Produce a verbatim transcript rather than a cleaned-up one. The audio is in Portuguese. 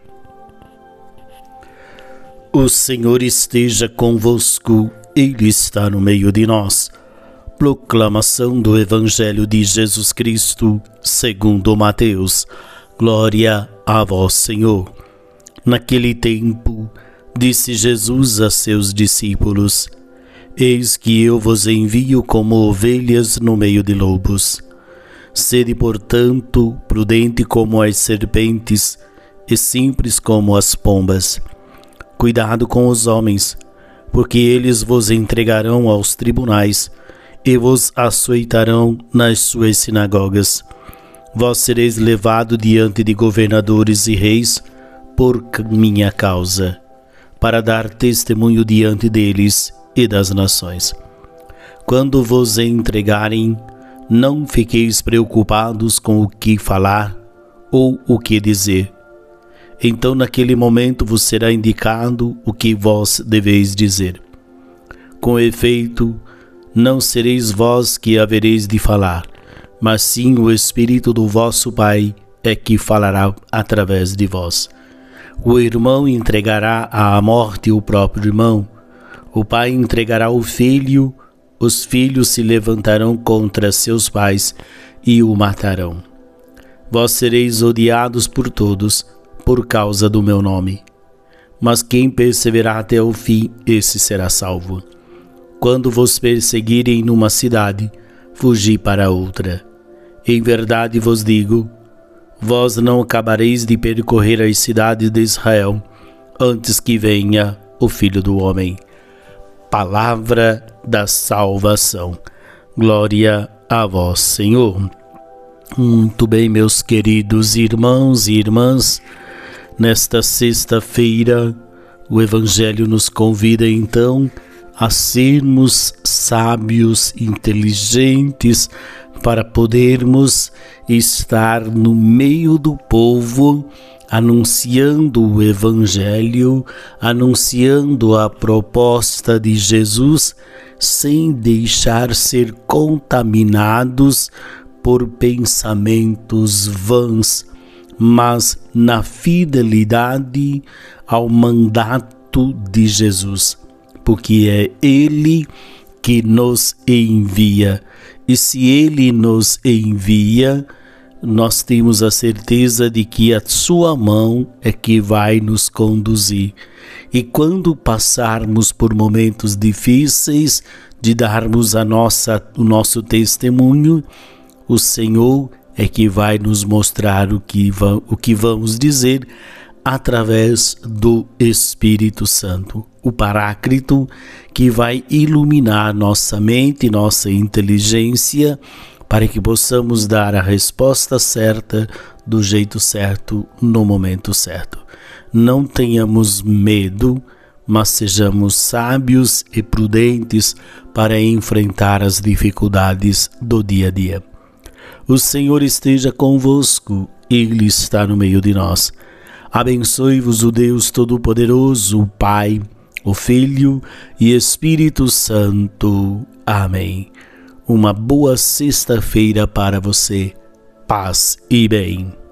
O Senhor esteja convosco, Ele está no meio de nós. Proclamação do Evangelho de Jesus Cristo, segundo Mateus. Glória a vós, Senhor. Naquele tempo, disse Jesus a seus discípulos: Eis que eu vos envio como ovelhas no meio de lobos. Sede, portanto, prudente como as serpentes e simples como as pombas. Cuidado com os homens, porque eles vos entregarão aos tribunais e vos açoitarão nas suas sinagogas. Vós sereis levados diante de governadores e reis por minha causa, para dar testemunho diante deles e das nações. Quando vos entregarem, não fiqueis preocupados com o que falar ou o que dizer. Então naquele momento vos será indicado o que vós deveis dizer. Com efeito, não sereis vós que havereis de falar, mas sim o Espírito do vosso Pai é que falará através de vós. O irmão entregará à morte o próprio irmão, o pai entregará o filho, os filhos se levantarão contra seus pais e o matarão. Vós sereis odiados por todos, por causa do meu nome. Mas quem perseverar até o fim, esse será salvo. Quando vos perseguirem numa cidade, fugi para outra. Em verdade vos digo, vós não acabareis de percorrer as cidades de Israel, antes que venha o Filho do Homem. Palavra da salvação. Glória a vós, Senhor. Muito bem, meus queridos irmãos e irmãs, nesta sexta-feira, o Evangelho nos convida então a sermos sábios, inteligentes, para podermos estar no meio do povo, anunciando o Evangelho, anunciando a proposta de Jesus, sem deixar ser contaminados por pensamentos vãs, mas na fidelidade ao mandato de Jesus, porque é Ele que nos envia. E se Ele nos envia, nós temos a certeza de que a sua mão é que vai nos conduzir. E quando passarmos por momentos difíceis de darmos a nossa, o nosso testemunho, o Senhor é que vai nos mostrar o que, o que vamos dizer através do Espírito Santo, o Paráclito, que vai iluminar nossa mente, nossa inteligência, para que possamos dar a resposta certa, do jeito certo, no momento certo. Não tenhamos medo, mas sejamos sábios e prudentes para enfrentar as dificuldades do dia a dia. O Senhor esteja convosco, Ele está no meio de nós. Abençoe-vos o Deus Todo-Poderoso, o Pai, o Filho e Espírito Santo. Amém. Uma boa sexta-feira para você. Paz e bem.